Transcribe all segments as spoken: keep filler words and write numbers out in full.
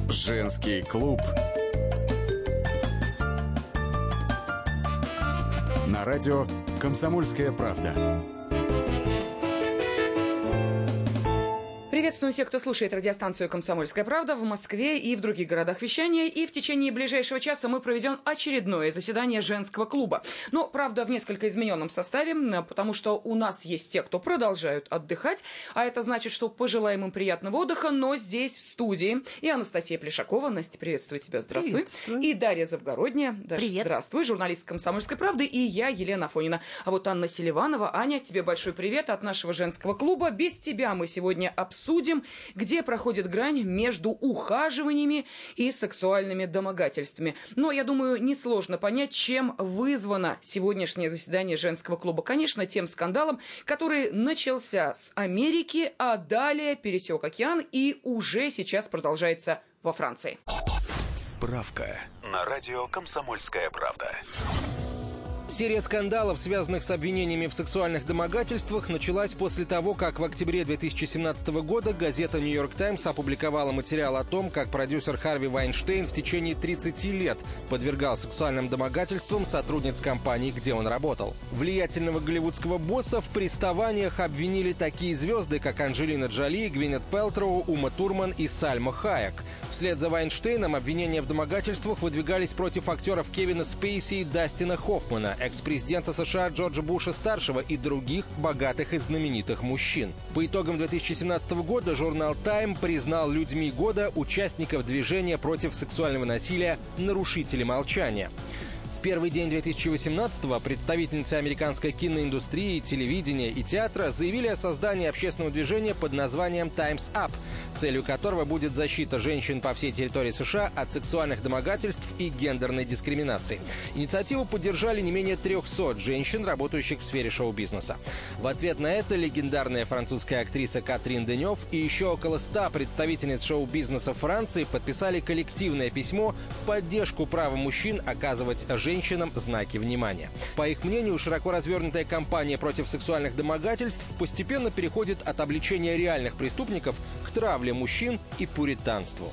Женский клуб. На радио «Комсомольская правда». Приветствую всех, кто слушает радиостанцию «Комсомольская правда» в Москве и в других городах вещания. И в течение ближайшего часа мы проведем очередное заседание женского клуба. Но, правда, в несколько измененном составе, потому что у нас есть те, кто продолжают отдыхать. А это значит, что пожелаем им приятного отдыха. Но здесь, в студии, и Анастасия Плешакова. Настя, приветствую тебя, здравствуй. Приветствую. И Дарья Завгородняя. Даша, привет. Здравствуй, журналистка «Комсомольской правды». И я, Елена Афонина. А вот Анна Селиванова. Аня, тебе большой привет от нашего женского клуба. Без тебя мы сегодня обсудим, Судим, где проходит грань между ухаживаниями и сексуальными домогательствами. Но, я думаю, несложно понять, чем вызвано сегодняшнее заседание женского клуба. Конечно, тем скандалом, который начался с Америки, а далее пересек океан и уже сейчас продолжается во Франции. Справка на радио «Комсомольская правда». Серия скандалов, связанных с обвинениями в сексуальных домогательствах, началась после того, как в октябре две тысячи семнадцатого года газета «Нью-Йорк Таймс» опубликовала материал о том, как продюсер Харви Вайнштейн в течение тридцати лет подвергал сексуальным домогательствам сотрудниц компании, где он работал. Влиятельного голливудского босса в приставаниях обвинили такие звезды, как Анджелина Джоли, Гвинет Пэлтроу, Ума Турман и Сальма Хайек. Вслед за Вайнштейном обвинения в домогательствах выдвигались против актеров Кевина Спейси и Дастина Хоффмана, экс-президента США Джорджа Буша-старшего и других богатых и знаменитых мужчин. По итогам две тысячи семнадцатого года журнал Time признал людьми года участников движения против сексуального насилия «Нарушители молчания». В первый день две тысячи восемнадцатого представительницы американской киноиндустрии, телевидения и театра заявили о создании общественного движения под названием «Time's Up», целью которого будет защита женщин по всей территории США от сексуальных домогательств и гендерной дискриминации. Инициативу поддержали не менее трехсот женщин, работающих в сфере шоу-бизнеса. В ответ на это легендарная французская актриса Катрин Денёв и еще около ста представительниц шоу-бизнеса Франции подписали коллективное письмо в поддержку права мужчин оказывать женщинам знаки внимания. По их мнению, широко развернутая кампания против сексуальных домогательств постепенно переходит от обличения реальных преступников к травле мужчин и пуританству.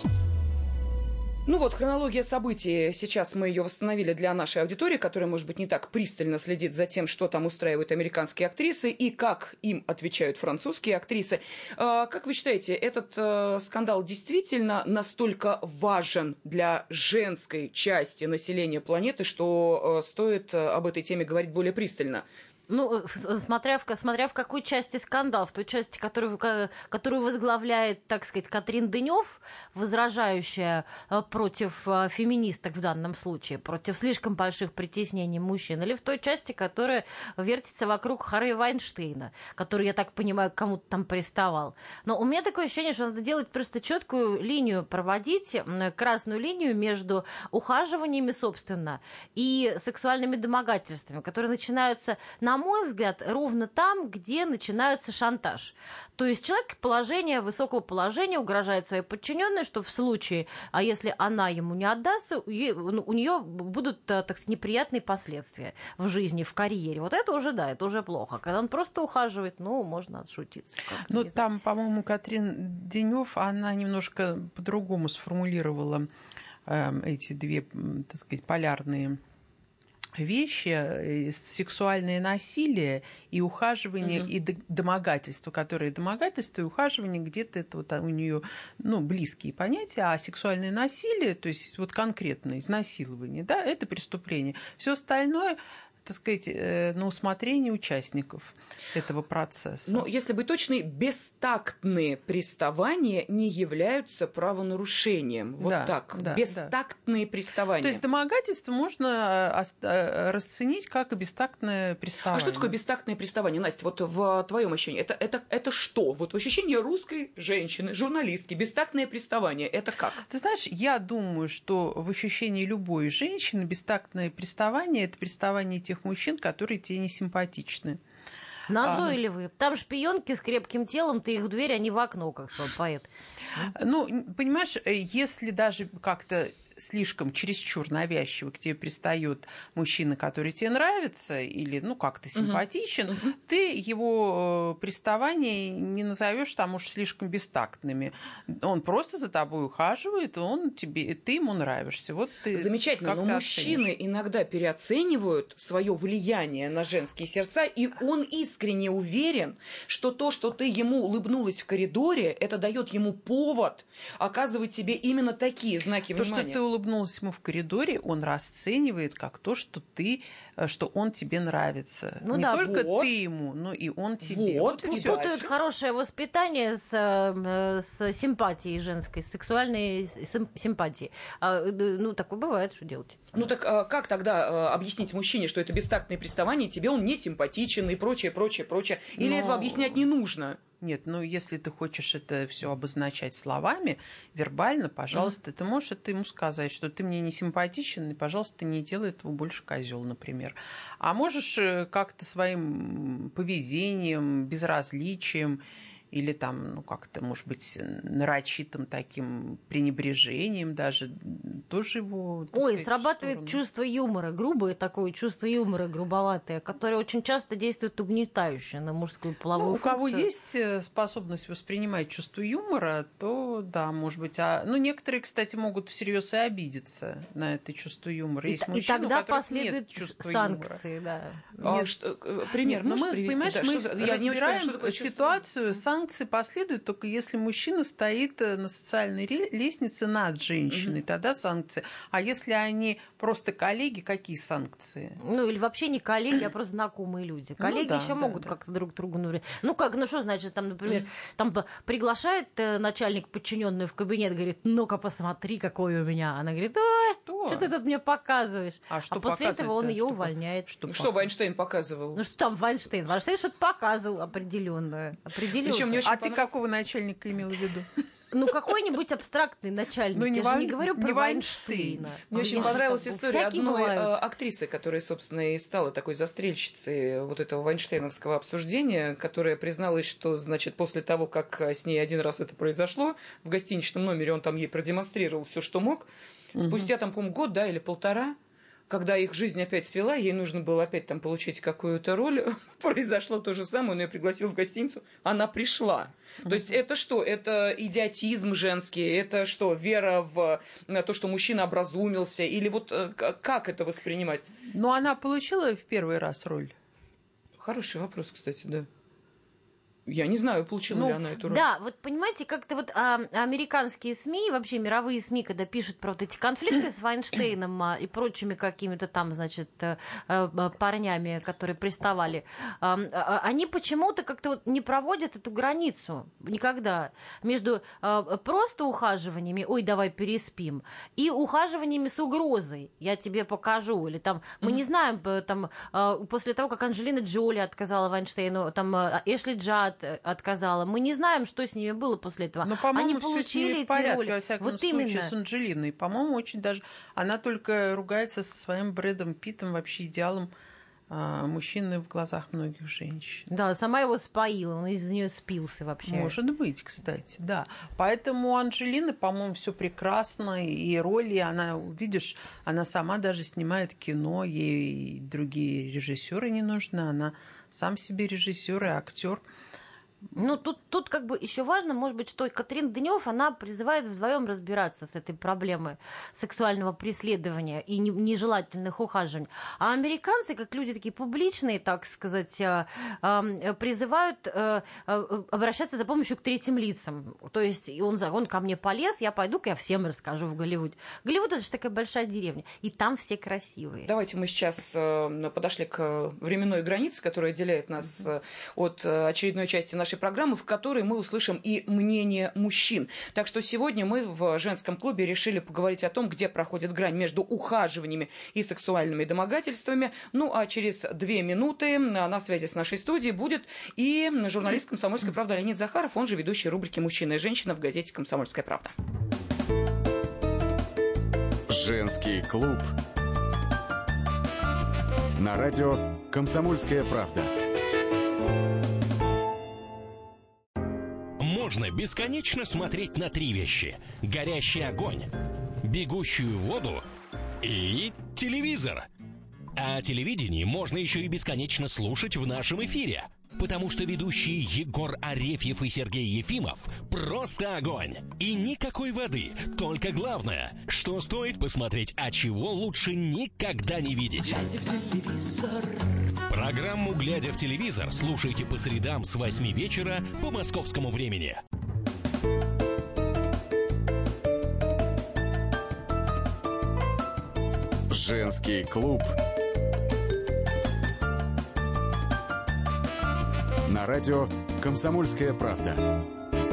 Ну вот, хронология событий. Сейчас мы ее восстановили для нашей аудитории, которая, может быть, не так пристально следит за тем, что там устраивают американские актрисы и как им отвечают французские актрисы. А, как вы считаете, этот а, скандал действительно настолько важен для женской части населения планеты, что а, стоит а, об этой теме говорить более пристально? Ну, смотря в, смотря в какой части скандал, в той части, которую, которую возглавляет, так сказать, Катрин Денёв, возражающая против феминисток в данном случае, против слишком больших притеснений мужчин, или в той части, которая вертится вокруг Харви Вайнштейна, который, я так понимаю, к кому-то там приставал. Но у меня такое ощущение, что надо делать просто четкую линию, проводить красную линию между ухаживаниями, собственно, и сексуальными домогательствами, которые начинаются на На мой взгляд, ровно там, где начинается шантаж. То есть человек положения, высокого положения угрожает своей подчиненной, что в случае, а если она ему не отдастся, у нее будут, так сказать, неприятные последствия в жизни, в карьере. Вот это уже, да, это уже плохо. Когда он просто ухаживает, ну, можно отшутиться. Ну, там, по-моему, Катрин Денёв, она немножко по-другому сформулировала э, эти две, так сказать, полярные вещи: сексуальное насилие и ухаживание, угу. и домогательство, которые домогательство и ухаживание где-то это вот у нее, ну, близкие понятия, а сексуальное насилие, то есть вот конкретное изнасилование, да, это преступление. Все остальное, так сказать, на усмотрение участников этого процесса. Ну, если быть точной, бестактные приставания не являются правонарушением. Вот да, так. Да, бестактные да. приставания. То есть домогательство можно расценить как и бестактное приставание. А что такое бестактное приставание, Настя? Вот в твоем ощущении, это, это, это что? Вот в ощущении русской женщины, журналистки, бестактное приставание, это как? Ты знаешь, я думаю, что в ощущении любой женщины бестактное приставание – это приставание тех мужчин, которые тебе не симпатичны. Назойливые. Там шпионки с крепким телом, ты их в дверь, а не в окно, как сказал поэт. Ну, понимаешь, если даже как-то слишком чересчур навязчиво к тебе пристает мужчина, который тебе нравится, или ну как-то симпатичен, uh-huh. ты его приставания не назовешь там уж слишком бестактными. Он просто за тобой ухаживает, он тебе, ты ему нравишься. Вот ты замечательно, но мужчины оценишь? Иногда переоценивают свое влияние на женские сердца, и он искренне уверен, что то, что ты ему улыбнулась в коридоре, это дает ему повод оказывать тебе именно такие знаки то, внимания. То, что ты улыбнулась ему в коридоре, он расценивает как то, что ты, что он тебе нравится. Ну не да, только вот. ты ему, но и он тебе. Вот, вот и всё. путают хорошее воспитание с, с симпатией женской, с сексуальной симпатией. Ну, такое бывает, что делать. Ну так а, как тогда а, объяснить мужчине, что это бестактные приставания, тебе он не симпатичен и прочее, прочее, прочее? Или Но... этого объяснять не нужно? Нет, ну если ты хочешь это все обозначать словами, вербально, пожалуйста, mm-hmm. ты можешь это ему сказать, что ты мне не симпатичен, и, пожалуйста, не делай этого больше, козел, например. А можешь как-то своим поведением, безразличием или там, ну, как-то, может быть, нарочитым таким пренебрежением даже, тоже его... Ой, сказать, срабатывает чувство юмора, грубое такое чувство юмора, грубоватое, которое очень часто действует угнетающе на мужскую половую ну, функцию. У кого есть способность воспринимать чувство юмора, то да, может быть. А, ну, некоторые, кстати, могут всерьез и обидеться на это чувство юмора. И, есть и мужчины, тогда у которых последуют нет санкции, юмора. Да. А, что, пример Нет, можешь мы, привести? понимаешь, Да, мы что, я не очень понимаю, что такое ситуацию, чувство? санкции последуют только если мужчина стоит на социальной лестнице над женщиной, угу. тогда санкции. А если они просто коллеги, какие санкции? Ну, или вообще не коллеги, а просто знакомые люди. Коллеги ну, да, еще да, могут да. как-то друг другу... Ну, как, ну что значит, там, например, mm. там приглашает начальник подчиненную в кабинет, говорит, ну-ка посмотри, какой у меня. Она говорит, ой, что? что ты тут мне показываешь? А, что а после этого он ее увольняет. Что, что Вайнштейн показывал? Ну, что там Вайнштейн? Вайнштейн что-то показывал определенное. определенное. А ты какого начальника имела в виду? Ну, какой-нибудь абстрактный начальник. Ну, Я не же ван... не говорю про не Вайнштейна. Мне очень понравилась история одной бывают. актрисы, которая, собственно, и стала такой застрельщицей вот этого вайнштейновского обсуждения, которая призналась, что, значит, после того, как с ней один раз это произошло, в гостиничном номере он там ей продемонстрировал все, что мог, угу. спустя, там, по-моему, год, да, или полтора, когда их жизнь опять свела, ей нужно было опять там получить какую-то роль, произошло то же самое, он ее пригласил в гостиницу, она пришла. Mm-hmm. То есть это что? Это идиотизм женский, это что, вера в то, что мужчина образумился, или вот как это воспринимать? Ну, она получила в первый раз роль? Хороший вопрос, кстати, да. Я не знаю, получила ну, ли она эту роль. Да, вот понимаете, как-то вот а, американские СМИ, вообще мировые СМИ, когда пишут про вот эти конфликты с Вайнштейном а, и прочими какими-то там, значит, а, а, парнями, которые приставали, а, а, они почему-то как-то вот не проводят эту границу никогда между а, просто ухаживаниями, ой, давай переспим, и ухаживаниями с угрозой, я тебе покажу, или там, мы mm-hmm. не знаем, там, а, после того, как Анджелина Джоли отказала Вайнштейну, там, Эшли Джад отказала. Мы не знаем, что с ними было после этого. Но, по-моему, они получили эти в порядке, роли. Во всяком вот случае, именно. с Анджелиной. По-моему, очень даже... Она только ругается со своим Брэдом Питтом, вообще идеалом а, мужчины в глазах многих женщин. Да, сама его споила, он из нее спился вообще. Может быть, кстати, да. Поэтому у Анджелины, по-моему, все прекрасно. И роли, она, видишь, она сама даже снимает кино, ей другие режиссеры не нужны. Она сам себе режиссер и актер. Ну, тут, тут как бы еще важно, может быть, что Катрин Денев, она призывает вдвоем разбираться с этой проблемой сексуального преследования и нежелательных ухаживаний. А американцы, как люди такие публичные, так сказать, призывают обращаться за помощью к третьим лицам. То есть он, он ко мне полез, я пойду-ка я всем расскажу в Голливуде. Голливуд — это же такая большая деревня, и там все красивые. Давайте мы сейчас подошли к временной границе, которая отделяет нас mm-hmm. от очередной части нашей программы, в которой мы услышим и мнение мужчин. Так что сегодня мы в женском клубе решили поговорить о том, где проходит грань между ухаживаниями и сексуальными домогательствами. Ну а через две минуты на связи с нашей студией будет и журналист «Комсомольской правды» Леонид Захаров, он же ведущий рубрики «Мужчина и женщина» в газете «Комсомольская правда». Женский клуб на радио «Комсомольская правда». Можно бесконечно смотреть на три вещи. Горящий огонь, бегущую воду и телевизор. А телевидение можно еще и бесконечно слушать в нашем эфире. Потому что ведущие Егор Арефьев и Сергей Ефимов просто огонь. И никакой воды, только главное, что стоит посмотреть, а чего лучше никогда не видеть. Программу «Глядя в телевизор» слушайте по средам с восьми вечера по московскому времени. Женский клуб. На радио «Комсомольская правда».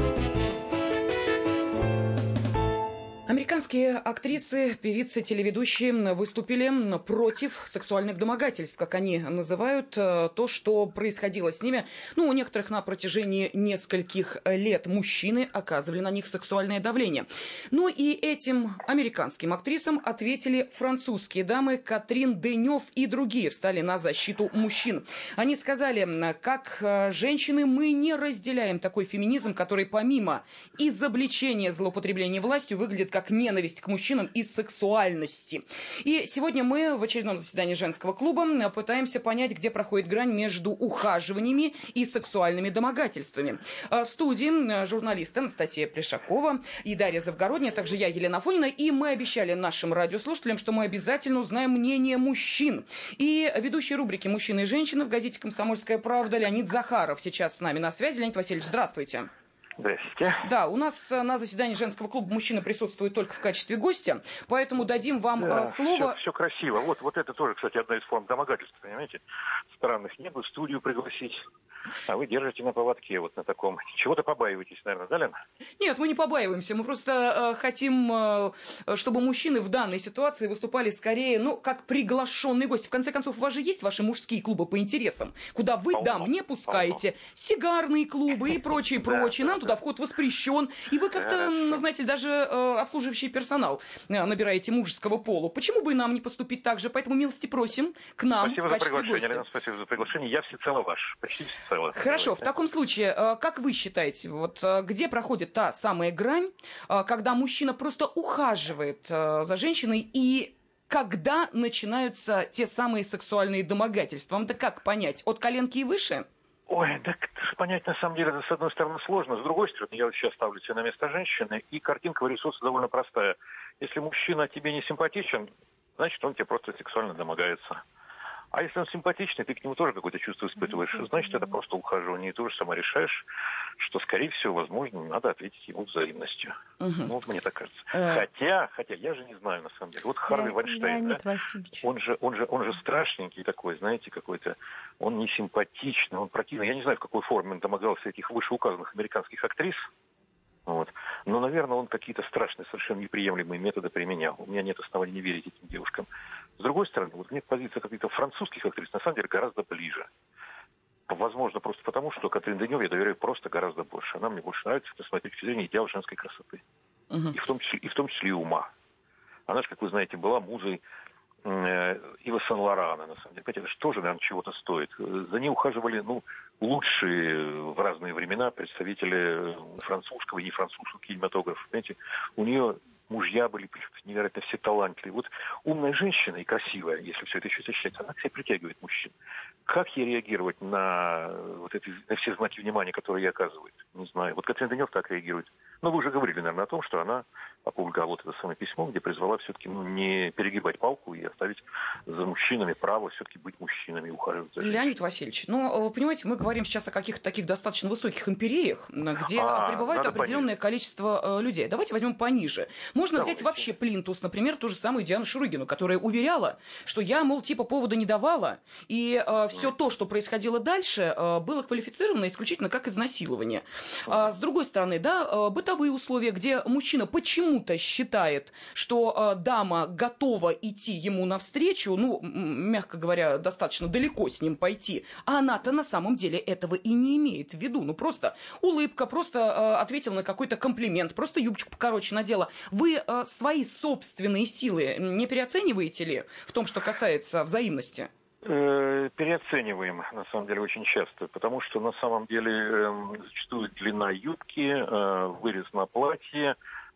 Американские актрисы, певицы, телеведущие выступили против сексуальных домогательств, как они называют то, что происходило с ними. Ну, у некоторых на протяжении нескольких лет мужчины оказывали на них сексуальное давление. Ну и этим американским актрисам ответили французские дамы Катрин Денёв и другие, встали на защиту мужчин. Они сказали, как женщины мы не разделяем такой феминизм, который помимо изобличения злоупотребления властью выглядит как ненависть к мужчинам и сексуальности. И сегодня мы в очередном заседании женского клуба пытаемся понять, где проходит грань между ухаживаниями и сексуальными домогательствами. В студии журналисты Анастасия Плешакова и Дарья Завгородняя, а также я, Елена Афонина, и мы обещали нашим радиослушателям, что мы обязательно узнаем мнение мужчин. И ведущий рубрики «Мужчины и женщины» в газете «Комсомольская правда» Леонид Захаров сейчас с нами на связи. Леонид Васильевич, здравствуйте. Здравствуйте. Да, у нас на заседании женского клуба мужчина присутствует только в качестве гостя, поэтому дадим вам да, слово. Все, все красиво. Вот, вот это тоже, кстати, одна из форм домогательства, понимаете? Странных нет, в студию пригласить. А вы держите на поводке, вот на таком. Чего-то побаиваетесь, наверное, да, Лена? Нет, мы не побаиваемся. Мы просто э, хотим, э, чтобы мужчины в данной ситуации выступали скорее, ну, как приглашенные гости. В конце концов, у вас же есть ваши мужские клубы по интересам, куда вы полно, дам не пускаете. Полно. Сигарные клубы и прочее, прочее. Нам туда вход воспрещен. И вы как-то, Хорошо. знаете, даже э, обслуживающий персонал э, набираете мужского пола. Почему бы и нам не поступить так же? Поэтому милости просим к нам спасибо в качестве за приглашение, гостя. Лена, спасибо за приглашение. Я всецело ваш. Почти всецело. Хорошо, в таком случае, как вы считаете, вот где проходит та самая грань, когда мужчина просто ухаживает за женщиной, и когда начинаются те самые сексуальные домогательства? Вам-то как понять? От коленки и выше? Ой, так понять на самом деле, с одной стороны, сложно. С другой стороны, я вот сейчас ставлю себя на место женщины, и картинка вырисуется довольно простая. Если мужчина тебе не симпатичен, значит, он тебе просто сексуально домогается. А если он симпатичный, ты к нему тоже какое-то чувство испытываешь, значит, это просто ухаживание. И ты уже сама решаешь, что, скорее всего, возможно, надо ответить ему взаимностью. Угу. Ну, вот мне так кажется. Э... Хотя, хотя, я же не знаю, на самом деле. Вот Харви я, Вайнштейн, да? он, же, он, же, он же страшненький такой, знаете, какой-то. Он не симпатичный, он противный. Я не знаю, в какой форме он домогался этих вышеуказанных американских актрис. Вот. Но, наверное, он какие-то страшные, совершенно неприемлемые методы применял. У меня нет оснований не верить этим девушкам. С другой стороны, вот мне позиция каких-то французских актрис на самом деле гораздо ближе. Возможно, просто потому, что Катрин Денёв я доверяю просто гораздо больше. Она мне больше нравится, с моей точки зрения, идеал женской красоты. Uh-huh. И, в том числе, и в том числе и ума. Она же, как вы знаете, была музой э, Ива Сен-Лорана, на самом деле. Понимаете, это же тоже, наверное, чего-то стоит. За ней ухаживали, ну, лучшие в разные времена представители французского и нефранцузского кинематографа. Понимаете, у нее мужья были невероятно все талантливые. Вот умная женщина и красивая, если все это еще сочетать, она к себе притягивает мужчин. Как ей реагировать на вот эти, на все знаки внимания, которые ей оказывают? Не знаю. Вот Катрин Денёв так реагирует. Но вы уже говорили, наверное, о том, что она опубликовала вот это самое письмо, где призвала все-таки ну, не перегибать палку и оставить за мужчинами право все-таки быть мужчинами и ухаживать за женщинами. Леонид Васильевич, ну, вы понимаете, мы говорим сейчас о каких-то таких достаточно высоких империях, где а, пребывает определенное понять. количество э, людей. Давайте возьмем пониже. Можно Давайте. взять вообще плинтус, например, ту же самую Диану Шурыгину, которая уверяла, что я, мол, типа повода не давала, и э, все mm. то, что происходило дальше, э, было квалифицировано исключительно как изнасилование. А, с другой стороны, да, э, бытовые условия, где мужчина почему-то считает, что э, дама готова идти ему навстречу, ну, мягко говоря, достаточно далеко с ним пойти, а она-то на самом деле этого и не имеет в виду. Ну, просто улыбка, просто э, ответила на какой-то комплимент, просто юбочку покороче надела. Вы э, свои собственные силы не переоцениваете ли в том, что касается взаимности? Переоцениваем, на самом деле, очень часто, потому что, на самом деле, зачастую длина юбки, вырез на платье,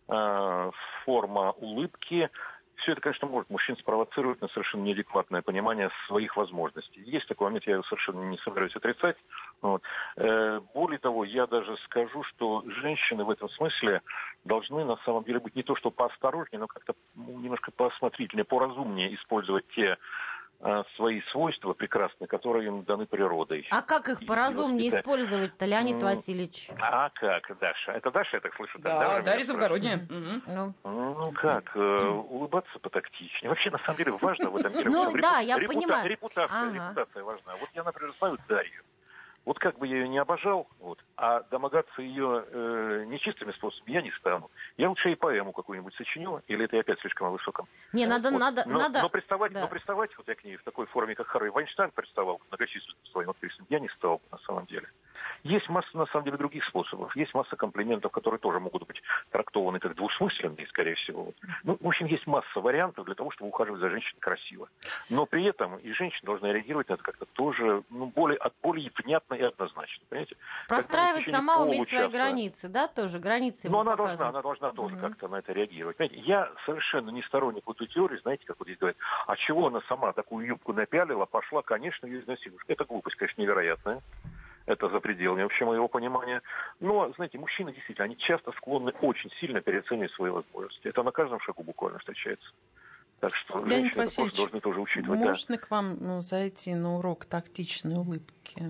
э, форма улыбки. Все это, конечно, может мужчин спровоцировать на совершенно неадекватное понимание своих возможностей. Есть такой момент, я его совершенно не собираюсь отрицать. Вот. Э, более того, я даже скажу, что женщины в этом смысле должны на самом деле быть не то что поосторожнее, но как-то немножко поосмотрительнее, поразумнее использовать те э, свои свойства прекрасные, которые им даны природой. А как их поразумнее использовать-то, Леонид Васильевич? А как, Даша? Это Даша, я так слышу? Да, Дарья Завгородняя. Ну, ну как, э, улыбаться потактичнее. Вообще, на самом деле, важно в этом мире. Ну Репу... да, я репута... понимаю. Репутация, ага. репутация важна. Вот я, например, знаю Дарью. Вот как бы я ее не обожал, вот, а домогаться ее э, нечистыми способами я не стану. Я лучше и поэму какую-нибудь сочиню, или это я опять слишком о высоком? Не, надо, вот. надо, но, надо... Но приставать, да. но приставать вот я к ней в такой форме, как Харви Вайнштейн приставал к многочисленным своим актрисам, я не стал, на самом деле. Есть масса, на самом деле, других способов. Есть масса комплиментов, которые тоже могут быть трактованы как двусмысленные, скорее всего. Ну, в общем, есть масса вариантов для того, чтобы ухаживать за женщиной красиво. Но при этом и женщина должна реагировать на это как-то тоже ну, более, более внятно и однозначно. Понимаете? Простраивать сама уметь свои границы, да, тоже? Границы Но она должна, она должна тоже mm-hmm. как-то на это реагировать. Понимаете, я совершенно не сторонник вот этой теории, знаете, как вот здесь говорят, а чего она сама такую юбку напялила, пошла, конечно, ее изнасилуешь. Это глупость, конечно, невероятная. Это за пределами вообще моего понимания. Но, знаете, мужчины действительно, они часто склонны очень сильно переоценивать свои возможности. Это на каждом шагу буквально встречается. Так что Леонид женщины это тоже должны тоже учитывать. Можно да. к вам ну, зайти на урок тактичной улыбки?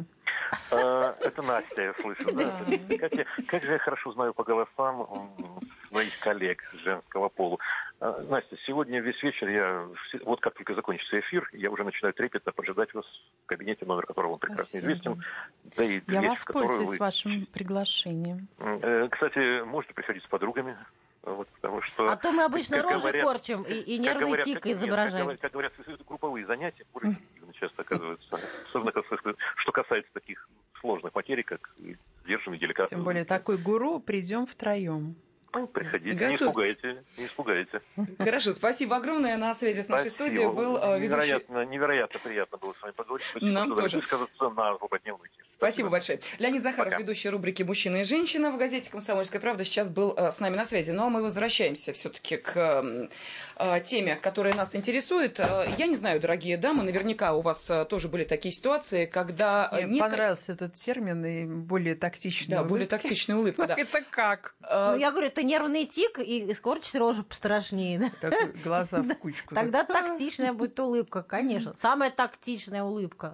Это Настя, я слышу, да? Как, я, как же я хорошо знаю по голосам своих коллег женского пола. Настя, сегодня весь вечер я, вот как только закончится эфир, я уже начинаю трепетно поджидать вас в кабинете, номер которого вам прекрасно Спасибо. известен. Да и я вещь, воспользуюсь вы... вашим приглашением. Кстати, можете приходить с подругами. Вот, потому что, а то мы обычно рожи говорят, корчим и, и нервный говорят, тик как, изображаем. Как, как говорят, групповые занятия более эффективны часто оказываются. Особенно, что касается таких сложных материй, как сдержанный, деликатный. Тем более, такой гуру придем втроем. Приходите, Готовьтесь. не испугайте, не испугайте. Хорошо, спасибо огромное. На связи с нашей Спасибо. студией был ведущий... Невероятно, невероятно приятно было с вами поговорить. Спасибо, Нам что тоже. высказаться на злободневную тему. Спасибо, Спасибо большое. Леонид Захаров, Пока. ведущий рубрики «Мужчина и женщина» в газете «Комсомольская правда», сейчас был э, с нами на связи. Но мы возвращаемся все-таки к э, теме, которая нас интересует. Э, я не знаю, дорогие дамы, наверняка у вас э, тоже были такие ситуации, когда... Мне не... понравился этот термин и более тактичная Да, улыбка. более тактичная улыбка, да. Это как? Ну, я говорю, это нервный тик, и скорчить рожу пострашнее. Так, глаза в кучку. Тогда тактичная будет улыбка, конечно. Самая тактичная улыбка.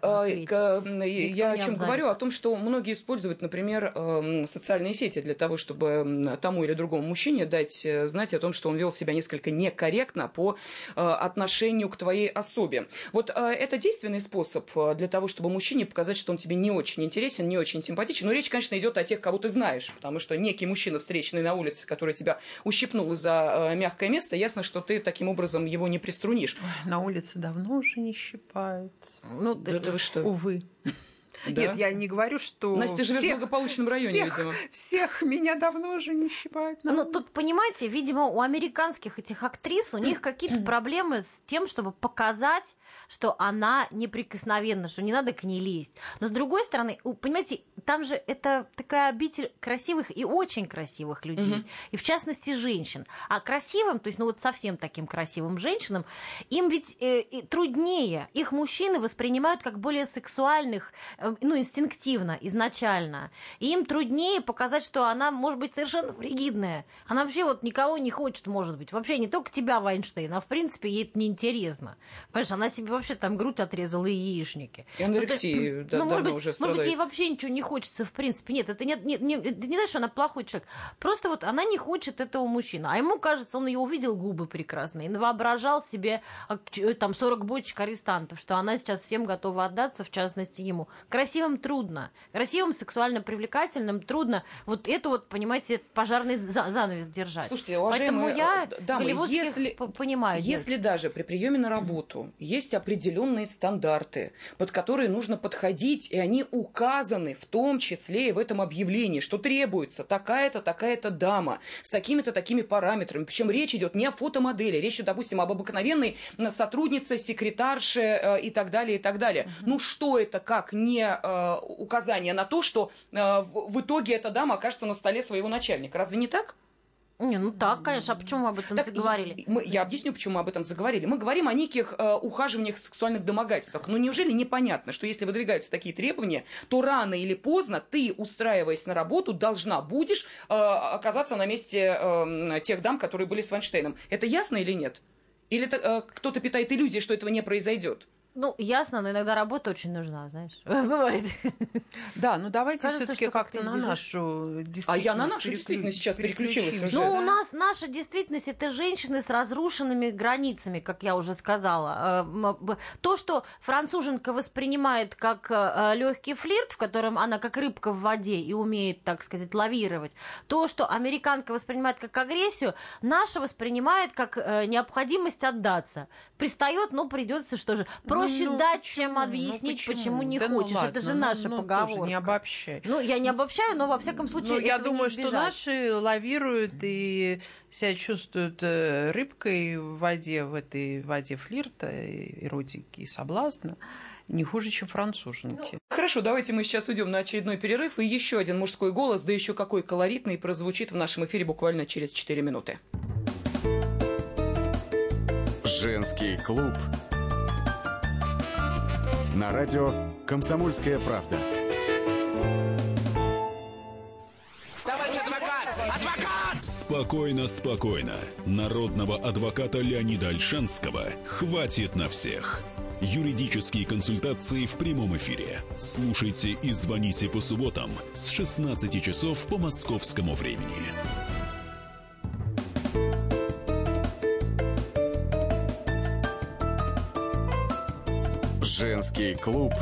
Я о чем говорю? О том, что многие используют, например, социальные сети для того, чтобы тому или другому мужчине дать знать о том, что он вел себя несколько некорректно по отношению к твоей особе. Вот это действенный способ для того, чтобы мужчине показать, что он тебе не очень интересен, не очень симпатичен. Но речь, конечно, идет о тех, кого ты знаешь, потому что некий мужчина, встреченный на улице, который тебя ущипнул за мягкое место, ясно, что ты таким образом его не приструнишь. Ой, на улице давно уже не щипают. Ну, да, да вы что? Увы. Да? Нет, я не говорю, что... Настя, ты живешь в благополучном районе, всех, видимо. Всех меня давно уже не щипают. Ну, тут, понимаете, видимо, у американских этих актрис, у них какие-то проблемы с тем, чтобы показать, что она неприкосновенна, что не надо к ней лезть. Но, с другой стороны, понимаете, там же это такая обитель красивых и очень красивых людей, mm-hmm. и в частности женщин. А красивым, то есть, ну вот совсем таким красивым женщинам, им ведь э, труднее. Их мужчины воспринимают как более сексуальных, э, ну, инстинктивно, изначально. И им труднее показать, что она может быть совершенно фригидная. Она вообще вот никого не хочет, может быть. Вообще не только тебя, Вайнштейн, а в принципе ей это неинтересно. Понимаешь, она себе вообще там грудь отрезала и яичники. И анорексии, ну, да, ну, может быть, уже может быть, ей вообще ничего не хочется, в принципе. Нет, это не, не, не, не значит, что она плохой человек. Просто вот она не хочет этого мужчины. А ему кажется, он ее увидел губы прекрасные, и воображал себе там сорок бочек арестантов, что она сейчас всем готова отдаться, в частности, ему. Красивым трудно. Красивым, сексуально привлекательным трудно. Вот это вот, понимаете, пожарный занавес держать. Слушайте, уважаемые, поэтому я дамы, если, понимаю. Если девочки. даже при приеме на работу mm-hmm. есть определенные стандарты, под которые нужно подходить, и они указаны в том числе и в этом объявлении, что требуется такая-то, такая-то дама с такими-то, такими параметрами. Причем речь идет не о фотомодели, речь идет, допустим, об обыкновенной сотруднице, секретарше э, и так далее, и так далее. Mm-hmm. Ну что это как не э, указание на то, что э, в, в итоге эта дама окажется на столе своего начальника? Разве не так? Не, ну так, конечно. А почему мы об этом так, заговорили? Мы, я объясню, почему мы об этом заговорили. Мы говорим о неких э, ухаживаниях, сексуальных домогательствах. Но неужели непонятно, что если выдвигаются такие требования, то рано или поздно ты, устраиваясь на работу, должна будешь э, оказаться на месте э, тех дам, которые были с Вайнштейном. Это ясно или нет? Или э, кто-то питает иллюзии, что этого не произойдет? Ну, ясно, но иногда работа очень нужна, знаешь. Бывает. Да, ну давайте все-таки как-то на нашу действительность. А я на нашу действительность сейчас переключилась уже. Ну, у нас наша действительность — это женщины с разрушенными границами, как я уже сказала. То, что француженка воспринимает как легкий флирт, в котором она как рыбка в воде и умеет, так сказать, лавировать, то, что американка воспринимает как агрессию, наша воспринимает как необходимость отдаться. Пристает, ну, придется что же... Проще ну, дать, почему? чем объяснить, ну, почему? почему не да хочешь. Ну, ладно, это же ну, наша ну, поговорка. Тоже не обобщай. Ну, я не обобщаю, но во всяком случае. Ну, я думаю, что наши лавируют и себя чувствуют рыбкой в воде, в этой воде флирта, эротики и соблазна не хуже, чем француженки. Ну, хорошо, давайте мы сейчас уйдем на очередной перерыв, и еще один мужской голос, да еще какой колоритный, прозвучит в нашем эфире буквально через четыре минуты. Женский клуб. На радио «Комсомольская правда». Товарищ адвокат! Адвокат! Спокойно, спокойно. Народного адвоката Леонида Ольшанского хватит на всех. Юридические консультации в прямом эфире. Слушайте и звоните по субботам с шестнадцати часов по московскому времени. Женский клуб.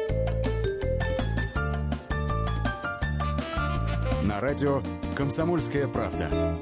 На радио «Комсомольская правда».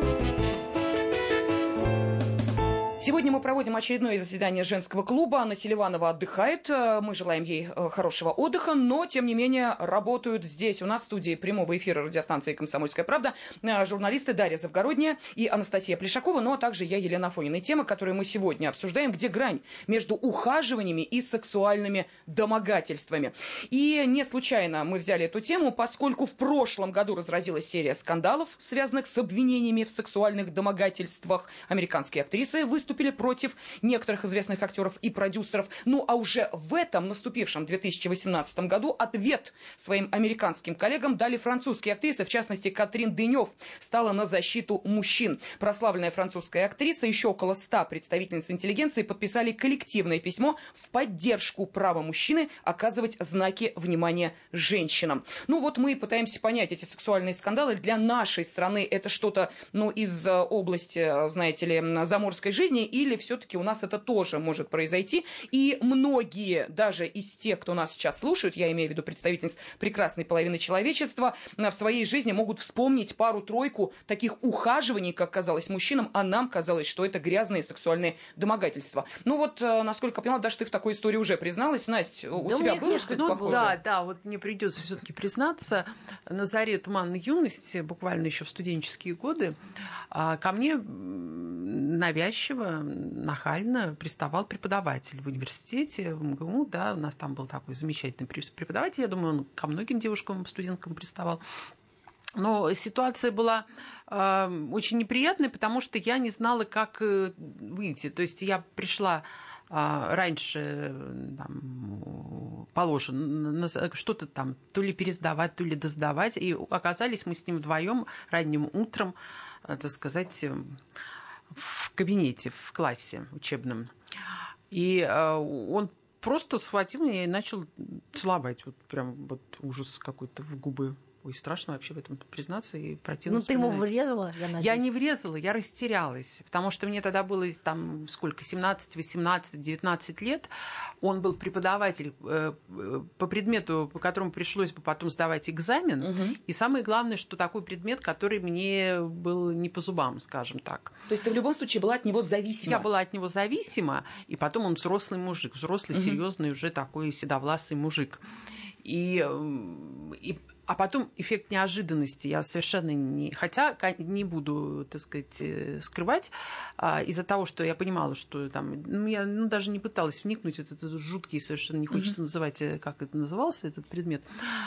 Сегодня мы проводим очередное заседание женского клуба. Анна Селиванова отдыхает. Мы желаем ей хорошего отдыха, но, тем не менее, работают здесь у нас в студии прямого эфира радиостанции «Комсомольская правда» журналисты Дарья Завгородняя и Анастасия Плешакова, но также я, Елена Афонина. И тема, которую мы сегодня обсуждаем, где грань между ухаживаниями и сексуальными домогательствами. И не случайно мы взяли эту тему, поскольку в прошлом году разразилась серия скандалов, связанных с обвинениями в сексуальных домогательствах. Американские актрисы выступили против некоторых известных актеров и продюсеров. Ну, а уже в этом наступившем две тысячи восемнадцатом году ответ своим американским коллегам дали французские актрисы, в частности, Катрин Денёв стала на защиту мужчин. Прославленная французская актриса, еще около ста представительниц интеллигенции подписали коллективное письмо в поддержку права мужчины оказывать знаки внимания женщинам. Ну, вот мы пытаемся понять эти сексуальные скандалы. Для нашей страны это что-то, ну, из области, знаете ли, заморской жизни, или все-таки у нас это тоже может произойти. И многие, даже из тех, кто нас сейчас слушают, я имею в виду представительниц прекрасной половины человечества, в своей жизни могут вспомнить пару-тройку таких ухаживаний, как казалось мужчинам, а нам казалось, что это грязные сексуальные домогательства. Ну вот, насколько я поняла, даже ты в такой истории уже призналась. Настя, у да тебя было что-то похожее? Да, да, вот мне придется все-таки признаться, на заре туманной юности, буквально еще в студенческие годы, ко мне навязчиво, нахально приставал преподаватель в университете, в МГУ, да, у нас там был такой замечательный преподаватель, я думаю, он ко многим девушкам, студенткам приставал. Но ситуация была э, очень неприятной, потому что я не знала, как э, выйти. То есть я пришла э, раньше, там, положено, что-то там то ли пересдавать, то ли досдавать, и оказались мы с ним вдвоем ранним утром, э, так сказать, в кабинете, в классе учебном. И э, он просто схватил меня и начал целовать. Вот прям вот ужас какой-то в губы. Ой, страшно вообще в этом признаться и противно. Ну, ты ему врезала, я надеюсь? Я не врезала, я растерялась, потому что мне тогда было там сколько, семнадцать, восемнадцать, девятнадцать лет. Он был преподаватель э, по предмету, по которому пришлось бы потом сдавать экзамен. Угу. И самое главное, что такой предмет, который мне был не по зубам, скажем так. То есть ты в любом случае была от него зависима? Я была от него зависима, и потом он взрослый мужик, взрослый, угу. серьезный уже такой седовласый мужик. И... и а потом эффект неожиданности. Я совершенно не... Хотя не буду, так сказать, скрывать, из-за того, что я понимала, что там... Ну, я ну, даже не пыталась вникнуть. Это, это жуткий совершенно, не хочется mm-hmm. называть, как это назывался, этот предмет.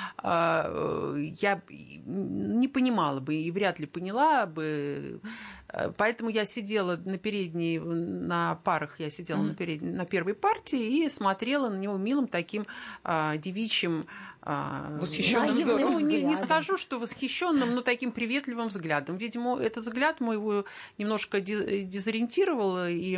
Я не понимала бы и вряд ли поняла бы. Поэтому я сидела на передней, на парах, я сидела mm-hmm. на, передней, на первой партии и смотрела на него милым таким а, девичьим восхищенным взглядом. Ну, не, не скажу, что восхищенным, но таким приветливым взглядом. Видимо, этот взгляд мой его немножко дезориентировал, и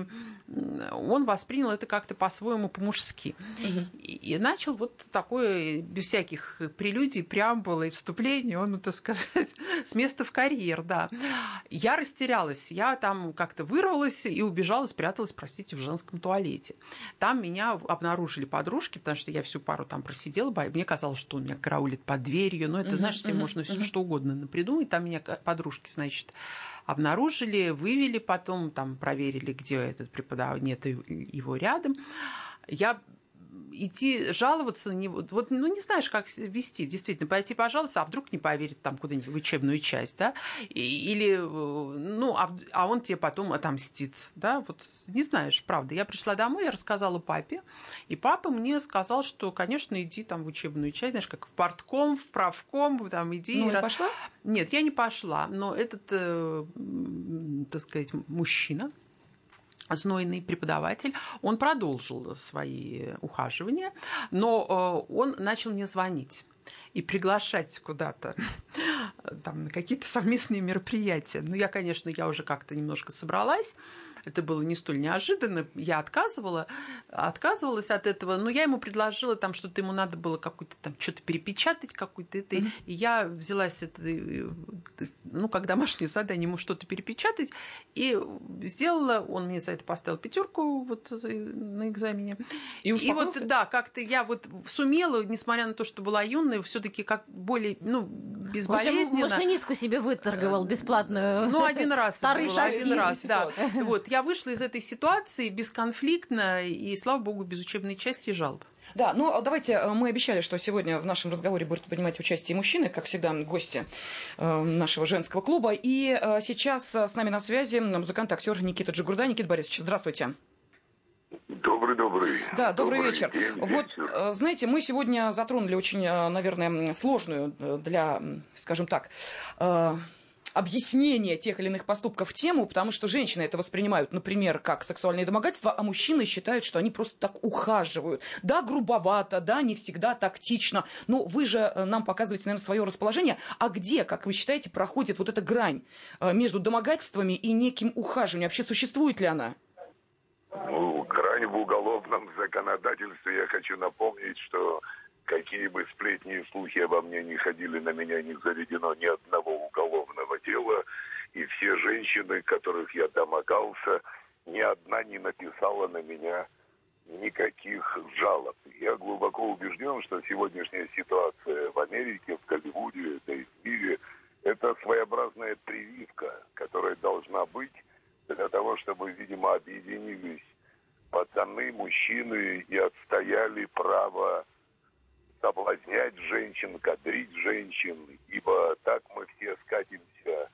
он воспринял это как-то по-своему по-мужски. Угу. И, и начал вот такое, без всяких прелюдий, преамбулы и вступлений, он, так сказать, с места в карьер, да. Я растерялась, я там как-то вырвалась и убежала, спряталась, простите, в женском туалете. Там меня обнаружили подружки, потому что я всю пару там просидела, мне казалось, что он меня караулит под дверью. Но это, uh-huh, знаешь, себе uh-huh, можно uh-huh. что угодно придумать. Там меня подружки, значит, обнаружили, вывели потом, там проверили, где этот преподаватель, нет его рядом. Я идти жаловаться на него, вот, ну, не знаешь, как вести, действительно, пойти пожаловаться, а вдруг не поверит там куда-нибудь в учебную часть, да, или, ну, а, а он тебе потом отомстит, да, вот, не знаешь, правда. Я пришла домой, я рассказала папе, и папа мне сказал, что, конечно, иди там в учебную часть, знаешь, как в партком, в правком, там, иди. Ну, и пошла? Нет, я не пошла, но этот, э, так сказать, мужчина, знойный преподаватель, он продолжил свои ухаживания, но он начал мне звонить и приглашать куда-то там, на какие-то совместные мероприятия. Ну, я, конечно, я уже как-то немножко собралась. Это было не столь неожиданно. Я отказывала, отказывалась от этого. Но я ему предложила, там, что-то ему надо было какую-то там что-то перепечатать, какую-то это. Mm-hmm. И я взялась это, ну, как домашнее задание, ему что-то перепечатать. И сделала. Он мне за это поставил пятерку вот, на экзамене. И успокоился? И вот, да, как-то я вот сумела, несмотря на то, что была юная, все-таки как более, ну, безболезненно. Машинистку себе выторговал бесплатную. Ну, один раз. Было, один раз, да. Вот, я вышла из этой ситуации бесконфликтно и, слава богу, без учебной части и жалоб. Да, ну давайте, мы обещали, что сегодня в нашем разговоре будут принимать участие мужчины, как всегда, гости э, нашего женского клуба. И э, сейчас с нами на связи музыкант-актер Никита Джигурда. Никита Борисович, здравствуйте. Добрый-добрый. Да, добрый, добрый вечер. День, вот, вечер. Знаете, мы сегодня затронули очень, наверное, сложную для, скажем так, э, объяснение тех или иных поступков тему, потому что женщины это воспринимают, например, как сексуальное домогательство, а мужчины считают, что они просто так ухаживают. Да, грубовато, да, не всегда тактично, но вы же нам показываете, наверное, свое расположение. А где, как вы считаете, проходит вот эта грань между домогательствами и неким ухаживанием? Вообще существует ли она? Ну, грань в уголовном законодательстве. Я хочу напомнить, что какие бы сплетни и слухи обо мне не ходили, на меня не заведено ни одного уголовного дела. И все женщины, которых я домогался, ни одна не написала на меня никаких жалоб. Я глубоко убежден, что сегодняшняя ситуация в Америке, в Голливуде, да и в мире, это своеобразная прививка, которая должна быть для того, чтобы, видимо, объединились пацаны, мужчины и отстояли право соблазнять женщин, кадрить женщин, ибо так мы все скатимся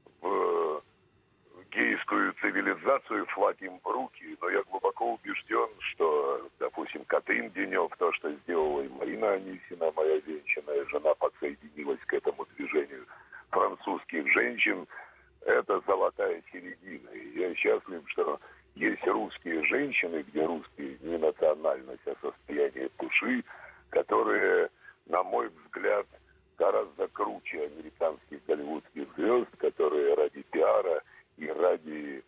в гейскую цивилизацию, флаг им в руки. Но я глубоко убежден, что, допустим, Катрин Денев, то, что сделала и Марина Анисина, моя венчанная жена, подсоединилась к этому движению французских женщин, это золотая середина. И я счастлив, что есть русские женщины, где русские не национальность, а состояние души, которые, на мой взгляд, гораздо круче американских голливудских звезд, которые ради пиара и ради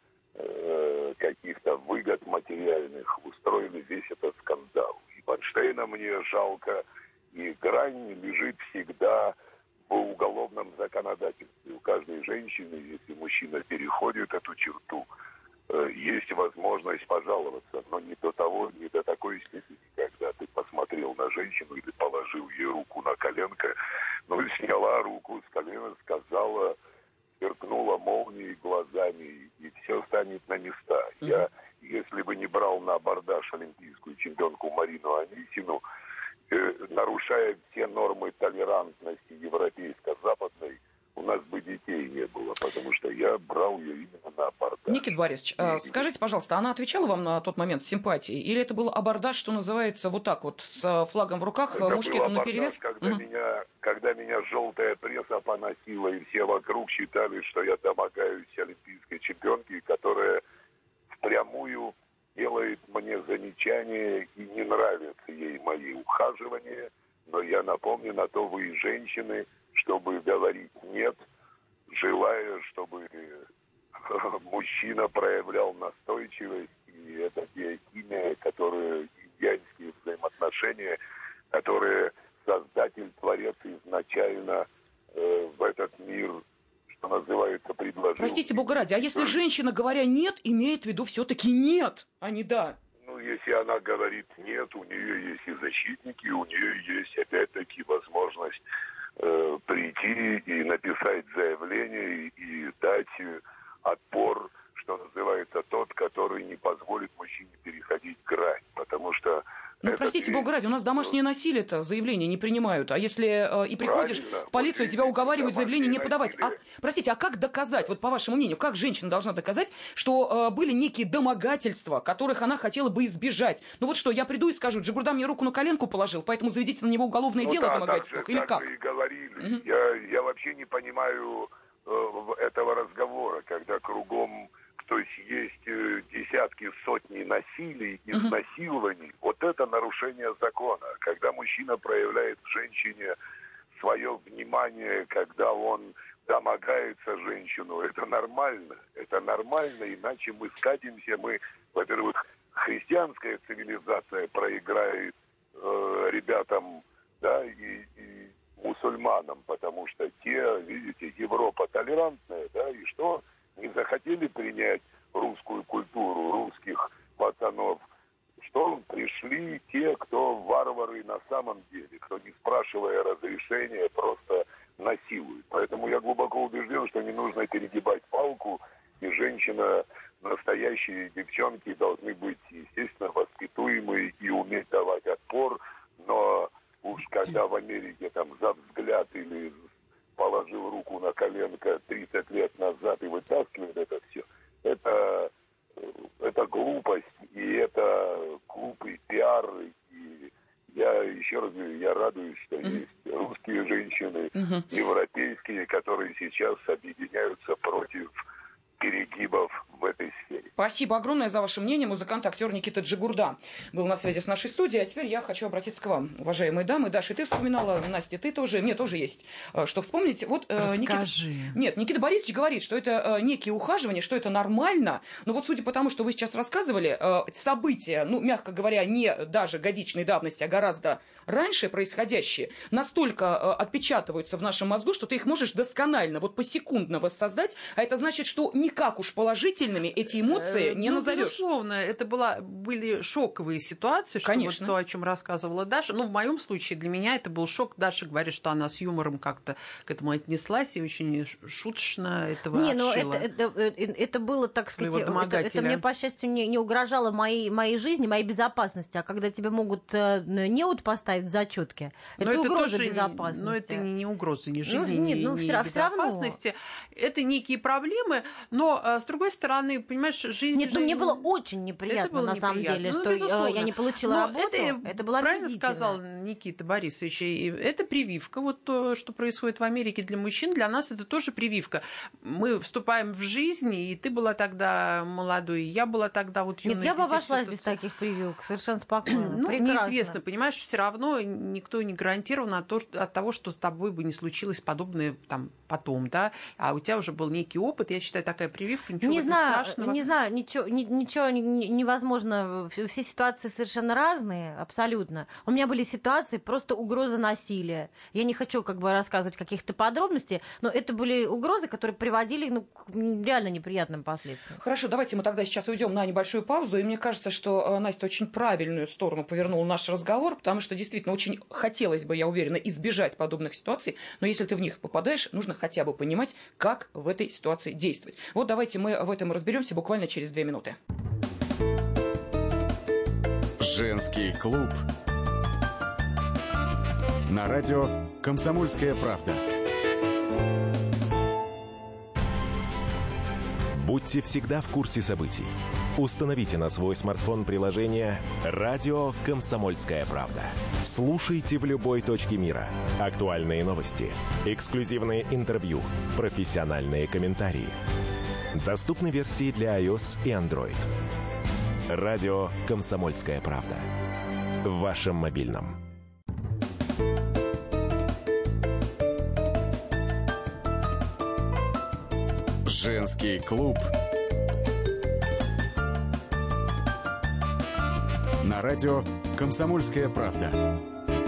э, каких-то выгод материальных устроили весь этот скандал. И Вайнштейна мне жалко, и грань лежит всегда в уголовном законодательстве. У каждой женщины, если мужчина переходит эту черту, э, есть возможность пожаловаться, но не до того, не до такой степени, когда ты посмотрел на женщину или положил ей руку на коленко, ну и сняла руку с колена, сказала, сверкнула молнией глазами, и все станет на места. Mm-hmm. Я, если бы не брал на абордаж олимпийскую чемпионку Марину Анисину, э, нарушая все нормы толерантности Евразии, прямую, именно на абордаж. Никита Борисович, и... скажите, пожалуйста, она отвечала вам на тот момент с симпатией? Или это был абордаж, что называется, вот так вот, с флагом в руках, это мушкетом наперевес? Когда, угу. меня, когда меня желтая пресса поносила, и все вокруг считали, что я домогаюсь олимпийской чемпионки, которая впрямую делает мне замечания, и не нравятся ей мои ухаживания. Но я напомню, на то вы и женщины, чтобы говорить «нет», желая, чтобы мужчина проявлял настойчивость, и это биохимия, которая, индианские взаимоотношения, которые Создатель, Творец изначально э, в этот мир, что называется, предложил. Простите, Бога ради, а если женщина, говоря «нет», имеет в виду все-таки «нет», а не «да»? Ну, если она говорит «нет», у нее есть и защитники, у нее есть, опять-таки, возможность э, прийти и написать заявление, и, и дать отпор, что называется, тот, который не позволит мужчине переходить грань, потому что... Ну, простите, Бога ради, у нас домашнее насилие-то заявление не принимают. А если э, и приходишь Правильно. в полицию, тебя уговаривают заявление не подавать. А, простите, а как доказать, вот по вашему мнению, как женщина должна доказать, что э, были некие домогательства, которых она хотела бы избежать? Ну вот что, я приду и скажу, Джигурда мне руку на коленку положил, поэтому заведите на него уголовное ну, дело да, о домогательствах? Так же, Или так как? Же и говорили. Угу. Я, я вообще не понимаю э, этого разговора, когда кругом... То есть есть э, десятки, сотни насилий, изнасилований. Uh-huh. Вот это нарушение закона. Когда мужчина проявляет к женщине свое внимание, когда он домогается женщину, это нормально. Это нормально, иначе мы скатимся. Мы, во-первых, христианская цивилизация проиграет э, ребятам, да, и, и мусульманам, потому что те, видите, Европа толерантная, да, и что... не захотели принять русскую культуру, русских пацанов, что пришли те, кто варвары на самом деле, кто, не спрашивая разрешения, просто насилует. Поэтому я глубоко убежден, что не нужно перегибать палку, и женщина, настоящие девчонки должны быть, естественно, воспитуемые и уметь давать отпор, но уж когда в Америке там за взгляд или положил руку на коленко тридцать лет назад и вытаскивает это все, это, это глупость, и это глупый пиар. И я еще раз говорю, я радуюсь, что mm-hmm. есть русские женщины, mm-hmm. европейские, которые сейчас объединяются против перегибов в этой сфере. Спасибо огромное за ваше мнение. Музыкант-актер Никита Джигурда был на связи с нашей студией. А теперь я хочу обратиться к вам, уважаемые дамы. Даша, ты вспоминала, Настя, ты тоже, мне тоже есть что вспомнить. Вот Расскажи. Никита... Нет, Никита Борисович говорит, что это некие ухаживания, что это нормально. Но вот судя по тому, что вы сейчас рассказывали, события, ну, мягко говоря, не даже годичной давности, а гораздо раньше происходящие, настолько отпечатываются в нашем мозгу, что ты их можешь досконально, вот посекундно воссоздать, а это значит, что никак уж положительными эти эмоции не ну, назовешь. Безусловно, это была, были шоковые ситуации, что вот то, о чем рассказывала Даша. Ну, в моем случае для меня это был шок. Даша говорит, что она с юмором как-то к этому отнеслась и очень шуточно этого Не, ну это, это, это было, так сказать, это, это мне, по счастью, не, не угрожало моей, моей жизни, моей безопасности. А когда тебе могут неуд поставить в зачетке, это, это угроза тоже, безопасности. Но это не, не угроза ни жизни, ну, нет, ни, ну, ни все, безопасности. Все это некие проблемы, но, с другой стороны, понимаешь, жизнь... Нет, ну мне было очень неприятно, было на самом неприятно. деле, ну, что безусловно. я не получила но работу. Это, это было правильно сказал Никита Борисович, это прививка. Вот то, что происходит в Америке для мужчин, для нас это тоже прививка. Мы вступаем в жизнь, и ты была тогда молодой, и я была тогда вот юной. Нет, я бы обошлась без таких прививок, совершенно спокойно. Ну, прекрасно. Неизвестно, понимаешь, все равно никто не гарантирован от, от того, что с тобой бы не случилось подобное там потом, да, а у тебя уже был некий опыт, я считаю, такая прививка, ничего не знаю, страшного. Не знаю, ничего, ничего невозможно, все ситуации совершенно разные, абсолютно. У меня были ситуации просто угрозы насилия. Я не хочу как бы рассказывать каких-то подробностей, но это были угрозы, которые приводили ну, к реально неприятным последствиям. Хорошо, давайте мы тогда сейчас уйдем на небольшую паузу, и мне кажется, что Настя очень правильную сторону повернула наш разговор, потому что действительно очень хотелось бы, я уверена, избежать подобных ситуаций, но если ты в них попадаешь, нужно хотя бы понимать, как в этой ситуации действовать. Вот давайте мы в этом разберемся буквально через две минуты. Женский клуб. На радио «Комсомольская правда». Будьте всегда в курсе событий. Установите на свой смартфон приложение «Радио Комсомольская правда». Слушайте в любой точке мира. Актуальные новости, эксклюзивные интервью, профессиональные комментарии. Доступны версии для iOS и Android. «Радио Комсомольская правда». В вашем мобильном. Женский клуб на радио «Комсомольская правда».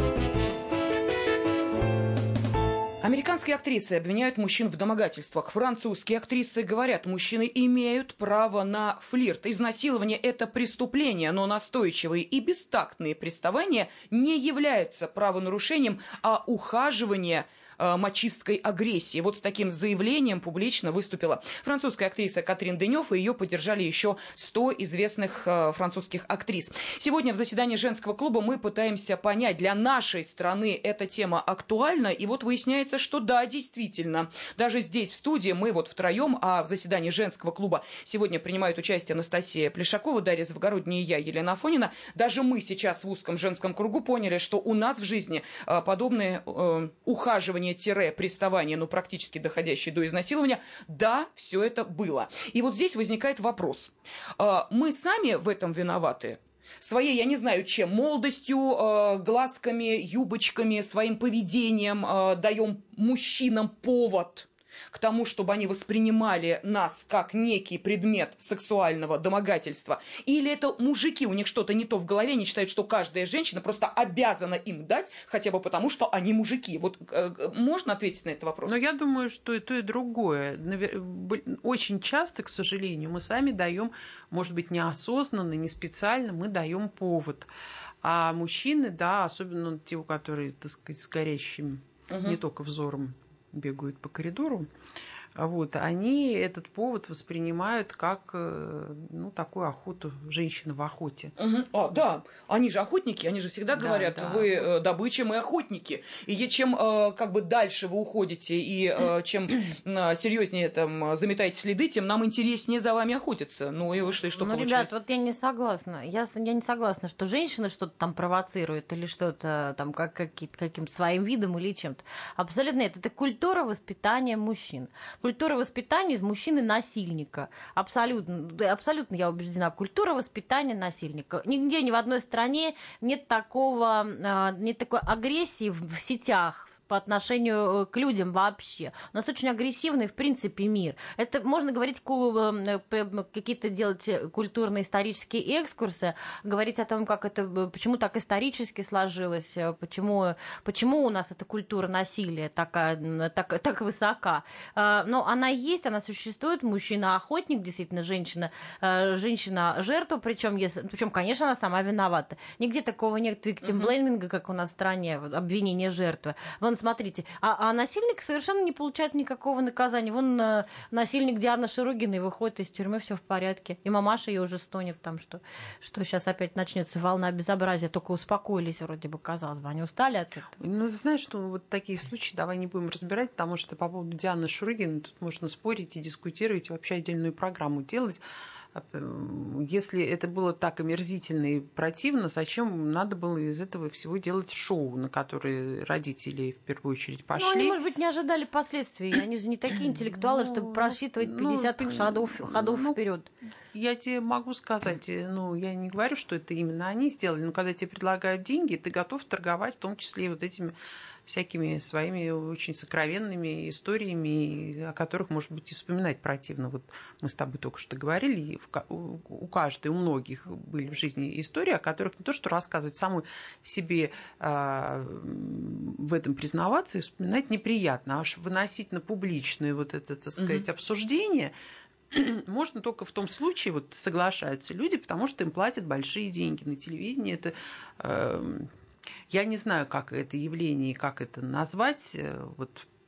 Американские актрисы обвиняют мужчин в домогательствах. Французские актрисы говорят, мужчины имеют право на флирт. Изнасилование – это преступление, но настойчивые и бестактные приставания не являются правонарушением, а ухаживание – мачистской агрессии. Вот с таким заявлением публично выступила французская актриса Катрин Денёв, и ее поддержали еще сто известных э, французских актрис. Сегодня в заседании женского клуба мы пытаемся понять, для нашей страны эта тема актуальна, и вот выясняется, что да, действительно. Даже здесь, в студии, мы вот втроем, а в заседании женского клуба сегодня принимают участие Анастасия Плешакова, Дарья Завгородняя и я, Елена Афонина. Даже мы сейчас в узком женском кругу поняли, что у нас в жизни э, подобные э, ухаживания приставания, ну, практически доходящие до изнасилования, да, все это было. И вот здесь возникает вопрос. Мы сами в этом виноваты? Своей, я не знаю чем, молодостью, глазками, юбочками, своим поведением даем мужчинам повод к тому, чтобы они воспринимали нас как некий предмет сексуального домогательства? Или это мужики, у них что-то не то в голове, они считают, что каждая женщина просто обязана им дать, хотя бы потому, что они мужики? Вот э, можно ответить на этот вопрос? Но я думаю, что и то, и другое. Очень часто, к сожалению, мы сами даем, может быть, неосознанно, не специально, мы даем повод. А мужчины, да, особенно те, у которых, так сказать, с горящим угу. не только взором бегают по коридору, вот, они этот повод воспринимают как, ну, такую охоту, женщины в охоте. Угу. А, да, они же охотники, они же всегда да, говорят, да. вы э, добыча, мы охотники. И чем э, как бы дальше вы уходите, и э, чем э, серьезнее там заметаете следы, тем нам интереснее за вами охотиться. Ну и вы что, и что ну, получаете? Ребят, вот я не согласна. Я, я не согласна, что женщины что-то там провоцируют или что-то там как, каким-то своим видом или чем-то. Абсолютно нет. Это культура воспитания мужчин. Культура воспитания из мужчины-насильника. Абсолютно, абсолютно я убеждена. Культура воспитания насильника. Нигде, ни в одной стране нет такого, нет такой агрессии в сетях по отношению к людям вообще. У нас очень агрессивный, в принципе, мир. Это можно говорить, какие-то делать культурно-исторические экскурсы, говорить о том, как это, почему так исторически сложилось, почему, почему у нас эта культура насилия такая, так, так высока. Но она есть, она существует. Мужчина-охотник, действительно, женщина, женщина-жертва, причем, если, причем, конечно, она сама виновата. Нигде такого нет виктим-блейминга, как у нас в стране, обвинение жертвы. Вон, смотрите, а, а насильник совершенно не получает никакого наказания. Вон э, насильник Дианы Шурыгиной выходит из тюрьмы, все в порядке. И мамаша ее уже стонет там, что, что сейчас опять начнется волна безобразия. Только успокоились, вроде бы, казалось бы. Они устали от этого. Ну, знаешь, что вот такие случаи давай не будем разбирать, потому что по поводу Дианы Шурыгиной тут можно спорить и дискутировать, и вообще отдельную программу делать. Если это было так омерзительно и противно, зачем надо было из этого всего делать шоу, на которое родители в первую очередь пошли? Ну, они, может быть, не ожидали последствий. Они же не такие интеллектуалы, чтобы просчитывать пятьдесят ну, ходов, ходов ну, вперед. Я тебе могу сказать, ну, я не говорю, что это именно они сделали, но когда тебе предлагают деньги, ты готов торговать, в том числе и вот этими всякими своими очень сокровенными историями, о которых, может быть, и вспоминать противно. Вот мы с тобой только что говорили, у каждой, у многих были в жизни истории, о которых не то что рассказывать, самой себе э, в этом признаваться и вспоминать неприятно, аж выносить на публичное вот это, так сказать, mm-hmm. обсуждение можно только в том случае, вот соглашаются люди, потому что им платят большие деньги. На телевидении это... Э, Я не знаю, как это явление, как это назвать. Вот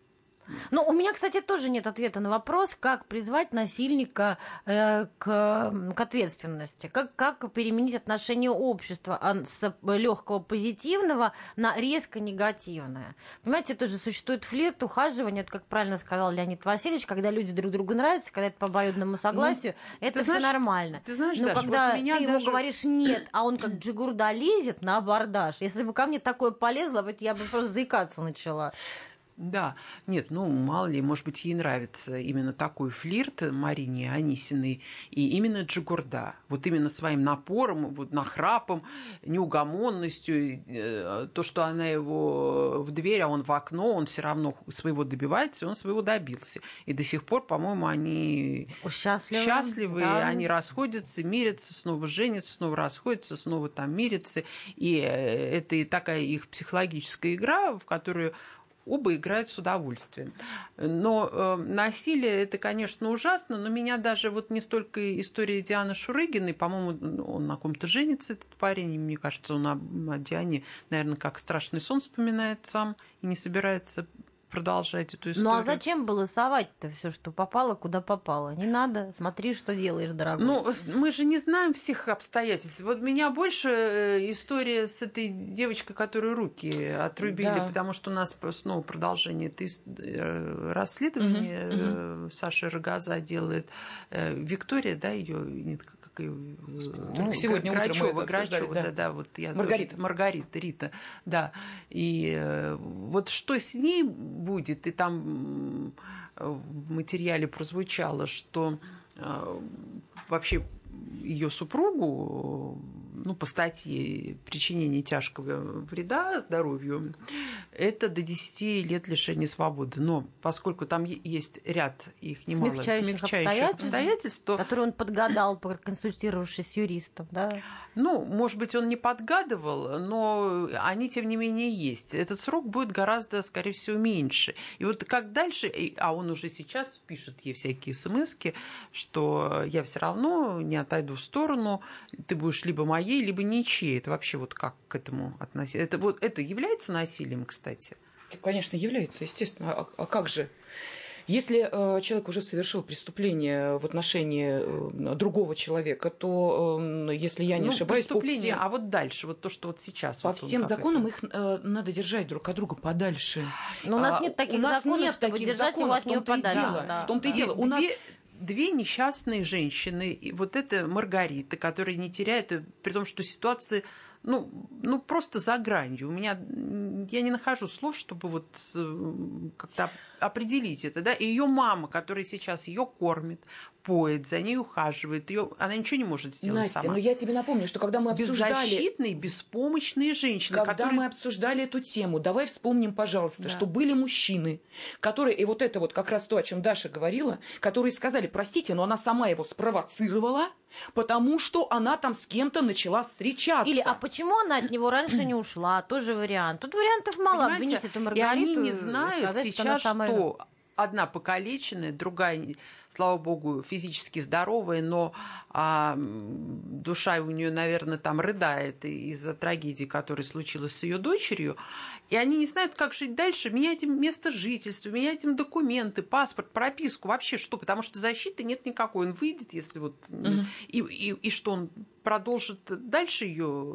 Ну, у меня, кстати, тоже нет ответа на вопрос, как призвать насильника э, к, к ответственности, как, как переменить отношение общества с легкого позитивного на резко негативное. Понимаете, тоже существует флирт, ухаживание, это, как правильно сказал Леонид Васильевич, когда люди друг другу нравятся, когда это по обоюдному согласию, ну, это все нормально. Ты знаешь, Но Даша, когда вот меня ты даже... ему говоришь нет, а он как Джигурда лезет на абордаж, если бы ко мне такое полезло, я бы просто заикаться начала. Да, нет, ну, мало ли, может быть, ей нравится именно такой флирт Марине Анисиной, и именно Джигурда, вот именно своим напором, вот нахрапом, неугомонностью, то, что она его в дверь, а он в окно, он все равно своего добивается, и он своего добился. И до сих пор, по-моему, они счастливы, счастливы да. Они расходятся, мирятся, снова женятся, снова расходятся, снова там мирятся. И это и такая их психологическая игра, в которую оба играют с удовольствием. Но э, насилие, это, конечно, ужасно, но меня даже вот не столько история Дианы Шурыгиной, по-моему, он на ком-то женится, этот парень, и мне кажется, он о, о Диане, наверное, как страшный сон вспоминает сам и не собирается продолжать эту историю. Ну а зачем было совать-то все, что попало, куда попало? Не надо, смотри, что делаешь, дорогой. Ну, мы же не знаем всех обстоятельств. Вот меня больше история с этой девочкой, которую руки отрубили, да. Потому что у нас снова продолжение этой расследования угу, угу. Саша Рогоза делает. Виктория, да, ее ну, сегодня Грачева, утром мы это Грачева, да. да, да, вот я Маргарита. Тоже, Маргарита, Рита, да. И э, вот что с ней будет, и там в материале прозвучало, что э, вообще ее супругу, ну, по статье причинение тяжкого вреда здоровью, это до десяти лет лишения свободы. Но поскольку там есть ряд их немало смягчающих, смягчающих обстоятельств, обстоятельств, то... которые он подгадал, проконсультировавшись с юристом, да? Ну, может быть, он не подгадывал, но они, тем не менее, есть. Этот срок будет гораздо, скорее всего, меньше. И вот как дальше, а он уже сейчас пишет ей всякие смски, что я все равно не отойду в сторону, ты будешь либо моей, либо ничьей. Это вообще вот как к этому относиться? Это, вот, это является насилием, кстати? Конечно, является, естественно. А, а как же? Если э, человек уже совершил преступление в отношении э, другого человека, то, э, если я не ну, ошибаюсь, преступление, по всем... а вот дальше, вот то, что вот сейчас... По вот всем законам это... их э, надо держать друг от друга подальше. Но у нас а, нет таких у нас законов, нет чтобы таких держать законов, его от нее подальше. Дело, да, в том-то да. и дело. У нас... Две, две несчастные женщины, и вот это Маргарита, которая не теряет, при том, что ситуация... Ну, ну, просто за гранью. У меня, я не нахожу слов, чтобы вот как-то определить это, да. И ее мама, которая сейчас ее кормит, поет, за ней ухаживает, ее, она ничего не может сделать Настя, сама. но я тебе напомню, что когда мы обсуждали... Беззащитные, беспомощные женщины. Когда которые... мы обсуждали эту тему, давай вспомним, пожалуйста, да. что были мужчины, которые, и вот это вот как раз то, о чем Даша говорила, которые сказали, простите, но она сама его спровоцировала, потому что она там с кем-то начала встречаться. Или, а почему она от него раньше не ушла? Тоже вариант. Тут вариантов мало. Понимаете? Обвинить эту Маргариту. И они не знают сказать, сейчас, что, самая... что одна покалеченная, другая, слава богу, физически здоровая, но а, душа у нее, наверное, там рыдает из-за трагедии, которая случилась с ее дочерью. И они не знают, как жить дальше, менять им место жительства, менять им документы, паспорт, прописку, вообще что, потому что защиты нет никакой. Он выйдет, если вот... Угу. И, и, и что, он продолжит дальше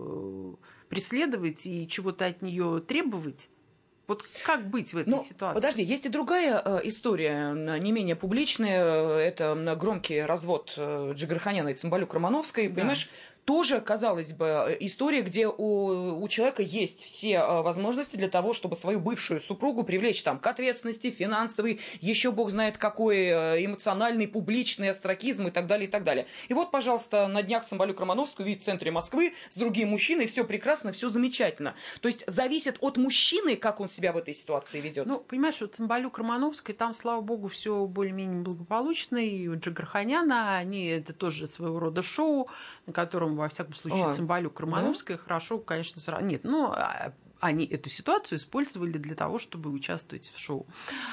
ее преследовать и чего-то от нее требовать? Вот как быть в этой Но, ситуации? Подожди, есть и другая э, история, не менее публичная. Это громкий развод э, Джигарханяна и Цымбалюк-Романовской. Да. Понимаешь, тоже, казалось бы, история, где у, у человека есть все возможности для того, чтобы свою бывшую супругу привлечь там, к ответственности, финансовой, еще бог знает какой, эмоциональный, публичный остракизм и так далее, и так далее. И вот, пожалуйста, на днях Цымбалюк-Романовскую видит в центре Москвы с другим мужчиной, все прекрасно, все замечательно. То есть зависит от мужчины, как он себя в этой ситуации ведет. Ну, понимаешь, вот Цымбалюк-Романовской, там, слава богу, все более-менее благополучно, и у Джигарханяна, они, это тоже своего рода шоу, на котором во всяком случае, Цымбалюк-Романовская да? хорошо, конечно, сразу... Нет, ну, они эту ситуацию использовали для того, чтобы участвовать в шоу.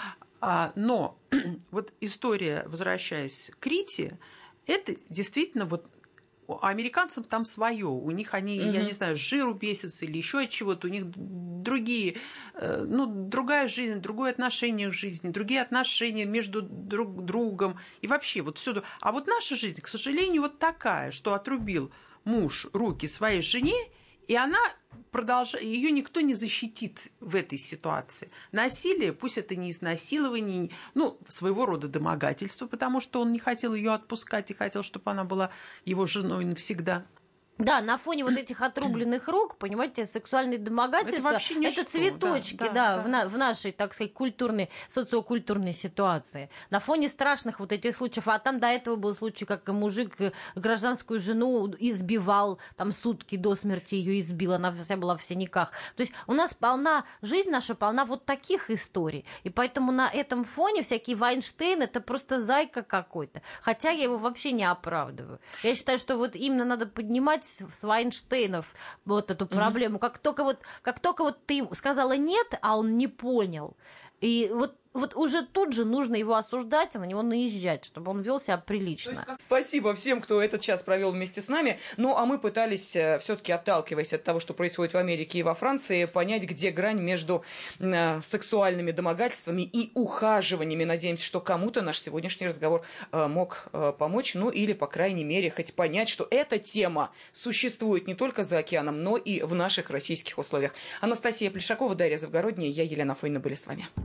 Но вот история, возвращаясь к Рите, это действительно вот американцам там свое. У них они, mm-hmm. я не знаю, с жиру бесятся или еще от чего-то. У них другие, ну, другая жизнь, другое отношение к жизни, другие отношения между друг другом. И вообще вот всюду. А вот наша жизнь, к сожалению, вот такая, что отрубил муж руки своей жене, и она продолжает, ее никто не защитит в этой ситуации. Насилие, пусть это не изнасилование, ну, своего рода домогательство, потому что он не хотел ее отпускать и хотел, чтобы она была его женой навсегда. Да, на фоне вот этих отрубленных рук, понимаете, сексуальные домогательства, это, это цветочки, да, да, да, да. В, на, в нашей, так сказать, культурной, социокультурной ситуации. На фоне страшных вот этих случаев, а там до этого был случай, как мужик гражданскую жену избивал, там сутки до смерти ее избил, она вся была в синяках. То есть у нас полна, жизнь наша полна вот таких историй, и поэтому на этом фоне всякий Вайнштейн это просто зайка какой-то, хотя я его вообще не оправдываю. Я считаю, что вот именно надо поднимать с Вайнштейнов вот эту проблему. Mm-hmm. Как только вот, как только вот ты сказала нет, а он не понял, и вот вот уже тут же нужно его осуждать и на него наезжать, чтобы он вел себя прилично. Спасибо всем, кто этот час провел вместе с нами. Ну, а мы пытались, все-таки отталкиваясь от того, что происходит в Америке и во Франции, понять, где грань между э, сексуальными домогательствами и ухаживаниями. Надеемся, что кому-то наш сегодняшний разговор э, мог э, помочь, ну или, по крайней мере, хоть понять, что эта тема существует не только за океаном, но и в наших российских условиях. Анастасия Плешакова, Дарья Завгородняя, я, Елена Афонина, были с вами.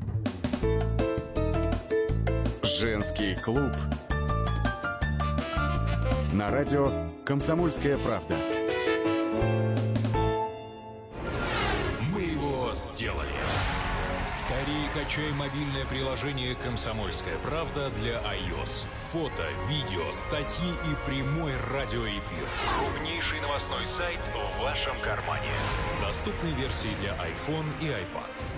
Женский клуб. На радио «Комсомольская правда». Мы его сделали. Скорее качай мобильное приложение «Комсомольская правда» для iOS. Фото, видео, статьи и прямой радиоэфир. Крупнейший новостной сайт в вашем кармане. Доступны версии для iPhone и iPad.